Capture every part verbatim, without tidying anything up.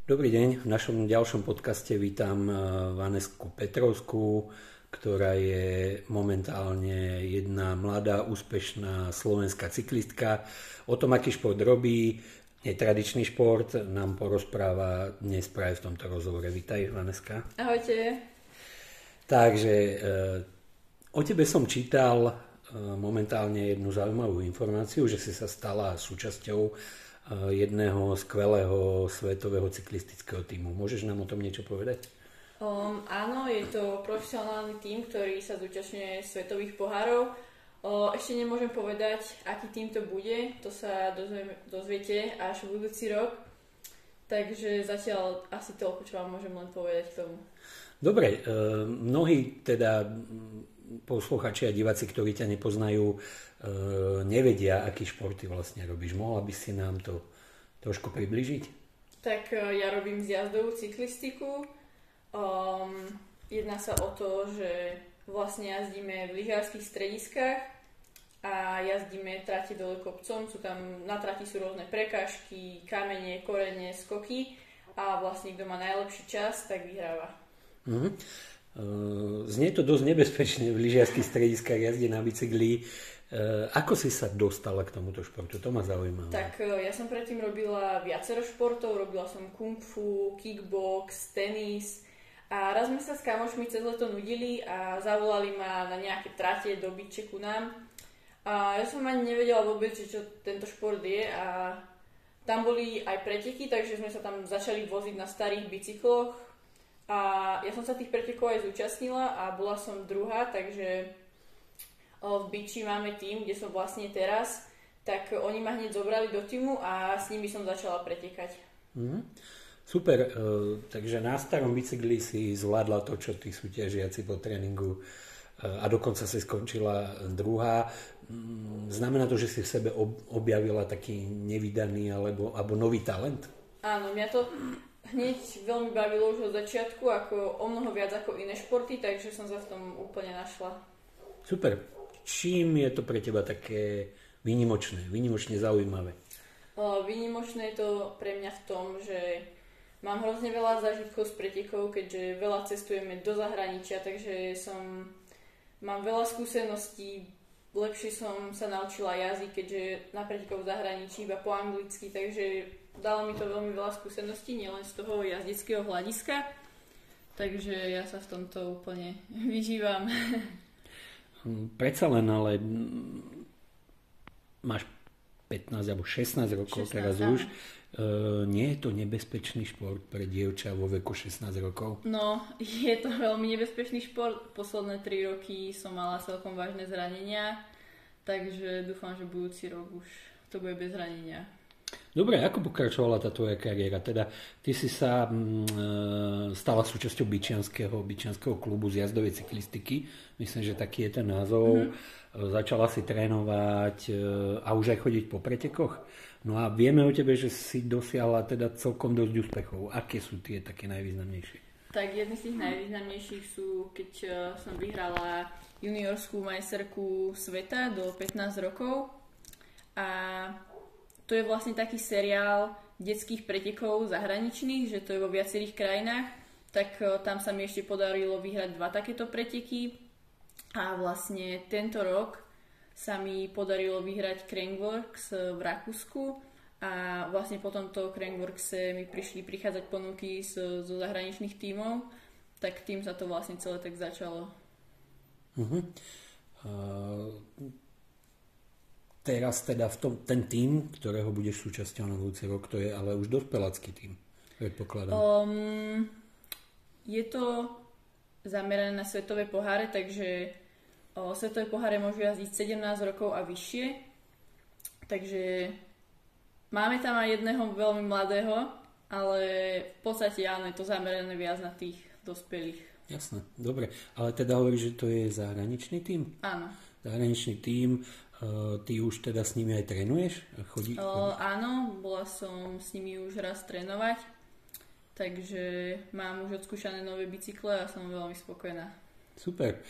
Dobrý deň, v našom ďalšom podcaste vítam Vanesku Petrovskú, ktorá je momentálne jedna mladá, úspešná slovenská cyklistka. O tom, aký šport robí, netradičný šport, nám porozpráva dnes práve v tomto rozhovore. Vítaj, Vaneska. Ahojte. Takže o tebe som čítal momentálne jednu zaujímavú informáciu, že si sa stala súčasťou jedného skvelého svetového cyklistického tímu. Môžeš nám o tom niečo povedať? Um, áno, je to profesionálny tím, ktorý sa zúčastňuje svetových pohárov. O, ešte nemôžem povedať, aký tím to bude. To sa dozvieme, dozviete až v budúci rok. Takže zatiaľ asi toľko, čo vám môžem len povedať k tomu. Dobre, e, mnohí teda posluchači a diváci, ktorí ťa nepoznajú, nevedia, aký šport ty vlastne robíš. Mohla by si nám to trošku približiť? Tak ja robím zjazdovú cyklistiku. Um, jedná sa o to, že vlastne jazdíme v lyžiarskych strediskách a jazdíme trate dole kopcom. Sú tam, na trati sú rôzne prekážky, kamene, korene, skoky a vlastne kto má najlepší čas, tak vyhráva. Uh-huh. Znie to dosť nebezpečne v lyžiarskych strediskách jazdiť na bicykli. Ako si sa dostala k tomuto športu? To ma zaujíma. Tak ja som predtým robila viacero športov, robila som kung fu, kickbox, tenis a raz sme sa s kamošmi cez leto nudili a zavolali ma na nejaké trate do byče ku nám. A ja som ani nevedela vôbec, čo tento šport je a tam boli aj preteky, takže sme sa tam začali voziť na starých bicykloch a ja som sa tých pretekov aj zúčastnila a bola som druhá, takže v Biči máme tým, kde som vlastne teraz, tak oni ma hneď zobrali do týmu a s nimi som začala pretekať. Mm, super, takže na starom bicykli si zvládla to, čo tí súťažiaci po tréningu a dokonca si skončila druhá. Znamená to, že si v sebe objavila taký nevydaný alebo, alebo nový talent? Áno, mňa to hneď veľmi bavilo už od začiatku, ako o mnoho viac ako iné športy, takže som sa v tom úplne našla. Super. Čím je to pre teba také výnimočné, výnimočne zaujímavé? O, výnimočné je to pre mňa v tom, že mám hrozne veľa zážitkov s pretekov, keďže veľa cestujeme do zahraničia, takže som, mám veľa skúseností, lepšie som sa naučila jazyk, keďže na pretekov v zahraničí iba po anglicky, takže dalo mi to veľmi veľa skúseností, nielen z toho jazdeckého hľadiska, takže ja sa v tomto úplne vyžívam. Predsa len, ale máš pätnásť alebo šestnásť rokov šestnásť, teraz už. E, nie je to nebezpečný šport pre dievča vo veku šestnásť rokov? No, je to veľmi nebezpečný šport. Posledné tri roky som mala celkom vážne zranenia, takže dúfam, že budúci rok už to bude bez zranenia. Dobre, ako pokračovala tá tvoja kariéra? Teda ty si sa mm, stala súčasťou Byčianskeho, Byčianskeho klubu z jazdovej cyklistiky. Myslím, že taký je ten názov. Mm-hmm. Začala si trénovať a už aj chodiť po pretekoch. No a vieme o tebe, že si dosiahla teda celkom dosť úspechov. Aké sú tie také najvýznamnejšie? Tak jedny z tých najvýznamnejších sú, keď som vyhrala juniorskú majsterku sveta do pätnásť rokov. A to je vlastne taký seriál detských pretekov zahraničných, že to je vo viacerých krajinách, tak tam sa mi ešte podarilo vyhrať dva takéto preteky a vlastne tento rok sa mi podarilo vyhrať Crankworx v Rakúsku a vlastne po tomto Crankworxe mi prišli prichádzať ponuky zo, zo zahraničných tímov, tak tým sa to vlastne celé tak začalo. Uh-huh. Uh... Teraz teda v tom, ten tím, ktorého budeš súčasťou na budúci rok, to je ale už dospelácky tím, predpokladám. Um, je to zamerané na svetové poháre, takže o, svetové poháre môžu jazdiť sedemnásť rokov a vyššie. Takže máme tam aj jedného veľmi mladého, ale v podstate áno, je to zamerané viac na tých dospelých. Jasné, dobre. Ale teda hovoríš, že to je zahraničný tím? Áno. Zahraničný tím. Ty už teda s nimi aj trénuješ? Chodí, o, áno, bola som s nimi už raz trénovať, takže mám už odskúšané nové bicykle a som veľmi spokojná. Super.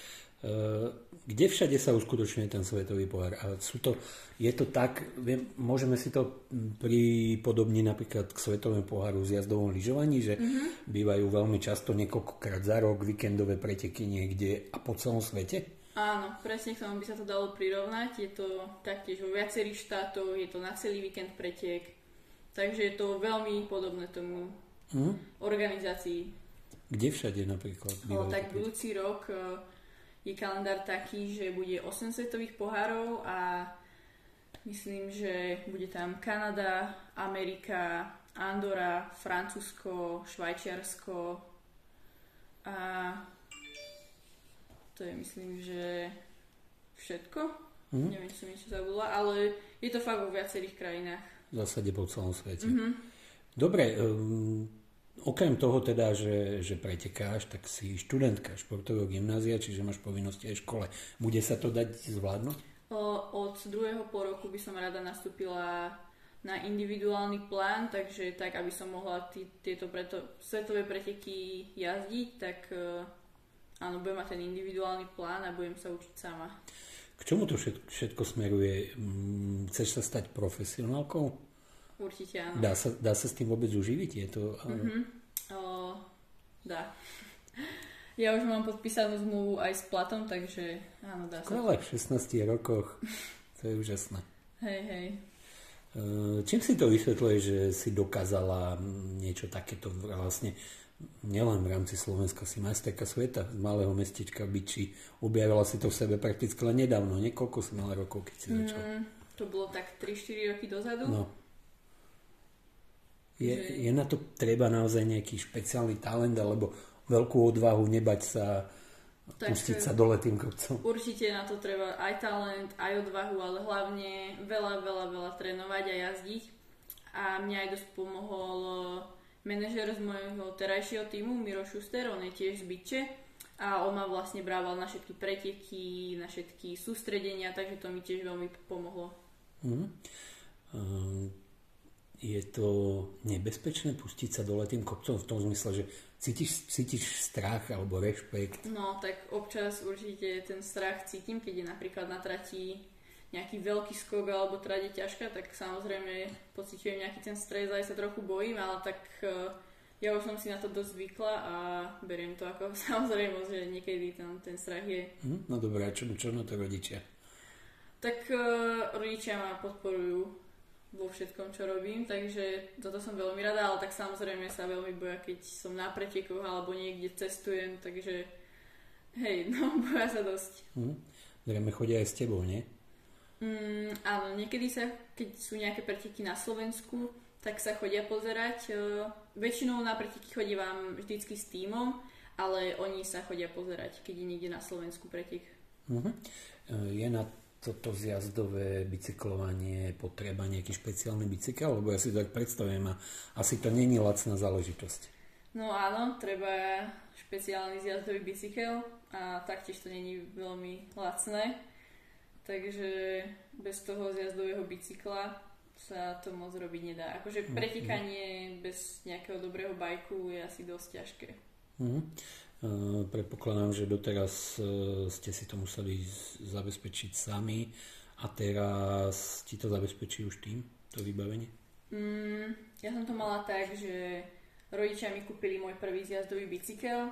kde všade sa uskutočňuje ten svetový pohár? A sú to, je to tak, viem, môžeme si to pripodobniť napríklad k svetovému poháru v jazdovom lyžovaní, že mm-hmm. bývajú veľmi často niekoľkokrát za rok víkendové preteky niekde a po celom svete? Áno, presne k tomu by sa to dalo prirovnať. Je to taktiež vo viacerých štátoch, je to na celý víkend pretek, takže je to veľmi podobné tomu mm-hmm. organizácii. Kde všade napríklad? O, tak budúci rok je kalendár taký, že bude osem svetových pohárov a myslím, že bude tam Kanada, Amerika, Andora, Francúzsko, Švajčiarsko a to je myslím, že všetko. Mm-hmm. Neviem, či som niečo zabudla, ale je to fakt vo viacerých krajinách. V zásade po celom svete. Mm-hmm. Dobre, um... okrem toho teda, že, že pretekáš, tak si študentka športového gymnázia, čiže máš povinnosti aj v škole. Bude sa to dať zvládnuť? O, od druhého pol roku by som rada nastúpila na individuálny plán, takže tak, aby som mohla tí, tieto preto, svetové preteky jazdiť, tak áno, budem mať ten individuálny plán a budem sa učiť sama. K čomu to všetko, všetko smeruje? Chceš sa stať profesionálkou? Určite áno. Dá sa, dá sa s tým vôbec uživiť? Je to, mm-hmm. o, dá. Ja už mám podpísanú zmluvu aj s platom, takže áno, dá sa. Ale v šestnástich rokoch, to je úžasné. Hej, hej. Čím si to vysvetľuje, že si dokázala niečo takéto vlastne nielen v rámci Slovenska, si majsterka sveta z malého mestečka Byči, objavila si to v sebe prakticky len nedávno, niekoľko si mala rokov, keď si začala? Mm, to bolo tak tri štyri roky dozadu. No. Je, je na to treba naozaj nejaký špeciálny talent alebo veľkú odvahu, nebať sa, tak, pustiť sa dole tým kopcom? Určite na to treba aj talent, aj odvahu, ale hlavne veľa, veľa, veľa trénovať a jazdiť. A mňa aj dosť pomohol manažer z môjho terajšieho týmu, Miro Šuster, on je tiež z Byče a on ma vlastne brával na všetky preteky, na všetky sústredenia, takže to mi tiež veľmi pomohlo. Mm. Um. Je to nebezpečné pustiť sa dole tým kopcom v tom zmysle, že cítiš, cítiš strach alebo rešpekt? No, tak občas určite ten strach cítim, keď je napríklad na trati nejaký veľký skok alebo trať je ťažká, tak samozrejme pociťujem nejaký ten stres, aj sa trochu bojím, ale tak ja už som si na to dosť zvykla a beriem to ako samozrejmosť, že niekedy ten, ten strach je. Hm, no dobré, a čo, čo na to rodičia? Tak uh, rodičia ma podporujú vo všetkom, čo robím, takže toto som veľmi rada, ale tak samozrejme sa veľmi boja, keď som na pretekoch alebo niekde cestujem, takže hej, no boja sa dosť. Hm. Zrejme chodia aj s tebou, nie? Mm, áno, niekedy sa, keď sú nejaké preteky na Slovensku, tak sa chodia pozerať. Uh, väčšinou na preteky chodívam vždycky s tímom, ale oni sa chodia pozerať, keď je niekde na Slovensku pretek. Uh-huh. Je na toto zjazdové bicyklovanie potreba nejaký špeciálny bicykel? Lebo ja si to tak predstavujem a asi to není lacná záležitosť. No áno, treba špeciálny zjazdový bicykel a taktiež to není veľmi lacné. Takže bez toho zjazdového bicykla sa to moc robiť nedá. Akože pretekanie bez nejakého dobrého bajku je asi dosť ťažké. Mm-hmm. Uh, predpokladám, že doteraz uh, ste si to museli zabezpečiť sami a teraz ti to zabezpečí už tým, to vybavenie? Mm, ja som to mala tak, že rodičia mi kúpili môj prvý zjazdový bicykel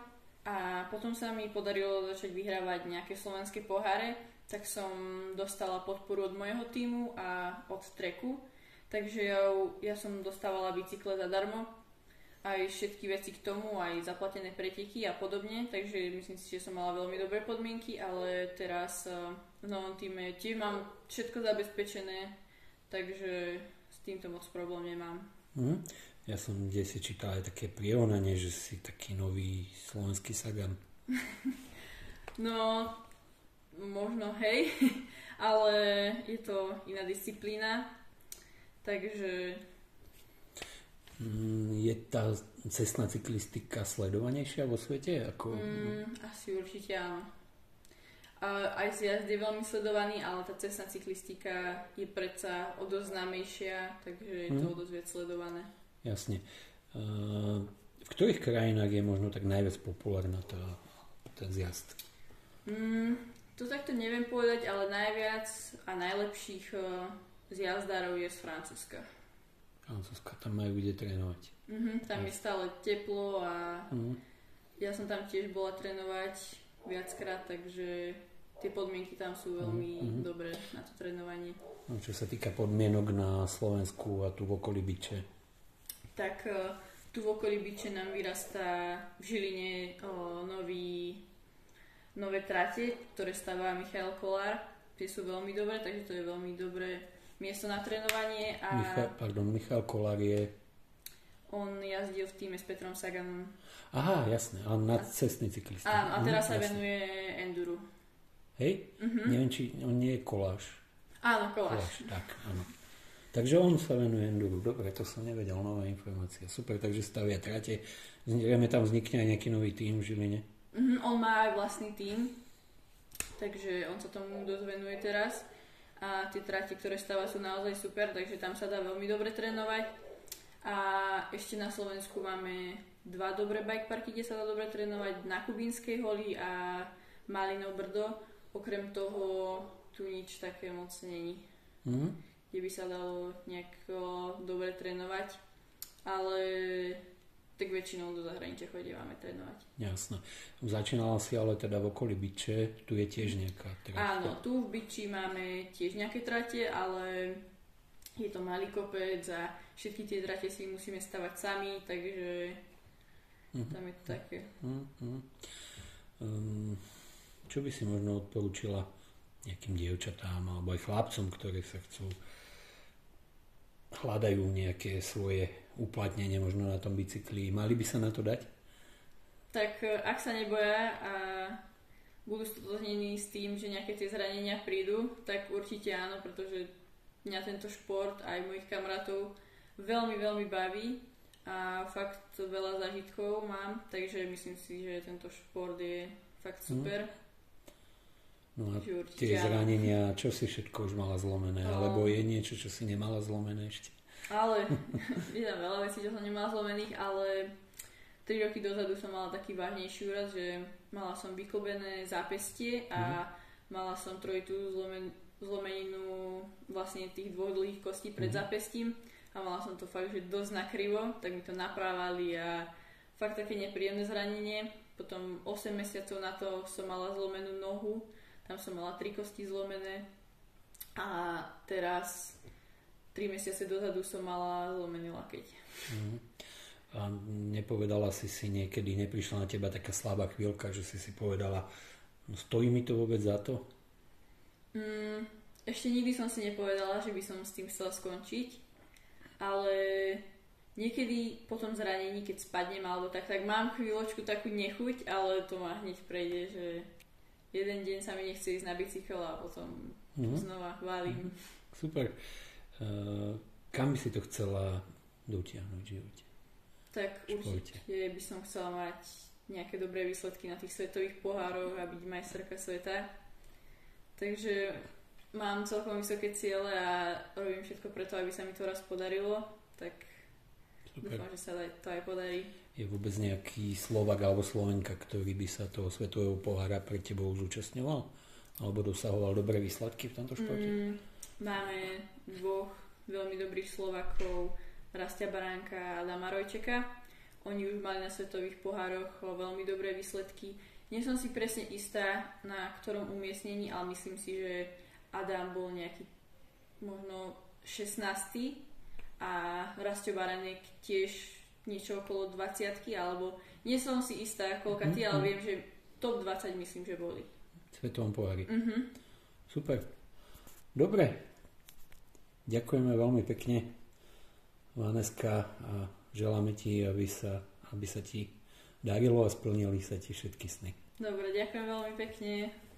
a potom sa mi podarilo začať vyhrávať nejaké slovenské poháre, tak som dostala podporu od môjho tímu a od Treku, takže ja, ja som dostávala bicykle zadarmo, aj všetky veci k tomu, aj zaplatené preteky a podobne, takže myslím si, že som mala veľmi dobré podmienky, ale teraz v novom týme tiež mám všetko zabezpečené, takže s týmto moc problém nemám. Mm. Ja som kde si čítal aj také prirovnanie, že si taký nový slovenský Sagan. No, možno hej, ale je to iná disciplína, takže... Je tá cestná cyklistika sledovanejšia vo svete? Ako... Mm, asi určite áno. A aj zjazd je veľmi sledovaný, ale tá cestná cyklistika je predsa o dosť známejšia, takže je to mm. o dosť viac sledované. Jasne. V ktorých krajinách je možno tak najviac populárna tá, ten zjazd? Mm, to takto neviem povedať, ale najviac a najlepších uh, z jazdárov je z Francúzska. Francúzska, tam majú kde trénovať. Mm-hmm, tam je stále teplo a mm. ja som tam tiež bola trénovať viackrát, takže tie podmienky tam sú veľmi mm-hmm. dobré na to trénovanie. No, čo sa týka podmienok na Slovensku a tu v okolí Byče? Tak uh, tu v okolí Byče nám vyrastá v Žiline uh, nový, nové trate, ktoré stavá Michal Kolár. Tie sú veľmi dobré, takže to je veľmi dobré miesto na trénovanie. A Michal, pardon, Michal Kolár je... On jazdil v týme s Petrom Saganom. Aha, jasné, a na cestný cyklista. Áno, a teraz mhm, sa venuje enduru. Hej? Uh-huh. Neviem, či on nie je koláš. Áno, koláš. koláš. Tak, áno. Takže on sa venuje enduru. Dobre, to som nevedel, nová informácia. Super, takže stavia trate. Zrejme tam vznikne aj nejaký nový tím v Žiline. Uh-huh, on má aj vlastný tím, takže on sa tomu dosť venuje teraz. A tie trate, ktoré stáva, sú naozaj super, takže tam sa dá veľmi dobre trénovať. A ešte na Slovensku máme dva dobré bikeparky, kde sa dá dobre trénovať, na Kubínskej holi a Malinov Brdo. Okrem toho tu nič také moc není, mm. kde by sa dalo nejak dobre trénovať, ale tak väčšinou do zahraničia chodívame trénovať. Jasné. Začínala si ale teda v okolí Byče, tu je tiež nejaká trať. Áno, tu v Byči máme tiež nejaké trate, ale je to malý kopec a všetky tie trate si musíme stavať sami, takže mm-hmm. tam je to také. Mm-hmm. Um, čo by si možno odporúčila nejakým dievčatám alebo aj chlapcom, ktorí sa chcú hľadajú nejaké svoje uplatnenie možno na tom bicykli. Mali by sa na to dať? Tak ak sa neboja a budú stotožnení s tým, že nejaké tie zranenia prídu, tak určite áno, pretože mňa tento šport aj mojich kamarátov veľmi, veľmi baví a fakt veľa zážitkov mám, takže myslím si, že tento šport je fakt super. Hmm. No a tie zranenia, čo si všetko už mala zlomené? No. Alebo je niečo, čo si nemala zlomené ešte? Ale, je tam veľa vecí, čo som nemala zlomených, ale tri roky dozadu som mala taký vážnejší úraz, že mala som vyklbené zápestie a mm. mala som trojitú zlomen, zlomeninu vlastne tých dvoch dlhých kostí pred mm. zápestím a mala som to fakt, že dosť nakrivo, tak mi to naprávali a fakt také nepríjemné zranenie. Potom osem mesiacov na to som mala zlomenú nohu, tam som mala tri kosti zlomené a teraz tri mesiace dozadu som mala zlomený lakeť. Mm. A nepovedala si si niekedy, neprišla na teba taká slabá chvíľka, že si si povedala, no stojí mi to vôbec za to? Mm, ešte nikdy som si nepovedala, že by som s tým chcela skončiť, ale niekedy po tom zranení, keď spadnem alebo tak, tak mám chvíľočku takú nechuť, ale to ma hneď prejde, že jeden deň sa mi nechce ísť na bicykel a potom mm-hmm. znova valím. Mm-hmm. Super. Uh, kam by si to chcela dotiahnuť v živote? Tak určite by som chcela mať nejaké dobré výsledky na tých svetových pohároch a byť majsterka sveta. Takže mám celkom vysoké ciele a robím všetko preto, aby sa mi to raz podarilo. Tak super. Dúfam, že sa to aj podarí. Je vôbec nejaký Slovak alebo Slovenka, ktorý by sa toho svetového pohára pre tebou zúčastňoval? Alebo dosahoval dobré výsledky v tomto športe? Mm, máme dvoch veľmi dobrých Slovákov, Rastia Baránka a Adama Rojčeka. Oni už mali na svetových pohároch veľmi dobré výsledky. Nie som si presne istá, na ktorom umiestnení, ale myslím si, že Adam bol nejaký možno šestnásty a Rastio Baránek tiež niečo okolo dvadsiatky, alebo nie som si istá koľka ty, mm-hmm. ale viem, že top dvadsať myslím, že boli. V svetovom pohári. Mm-hmm. Super. Dobre. Ďakujeme veľmi pekne, Vaneska, a želáme ti, aby sa, aby sa ti darilo a splnili sa ti všetky sny. Dobre, ďakujem veľmi pekne.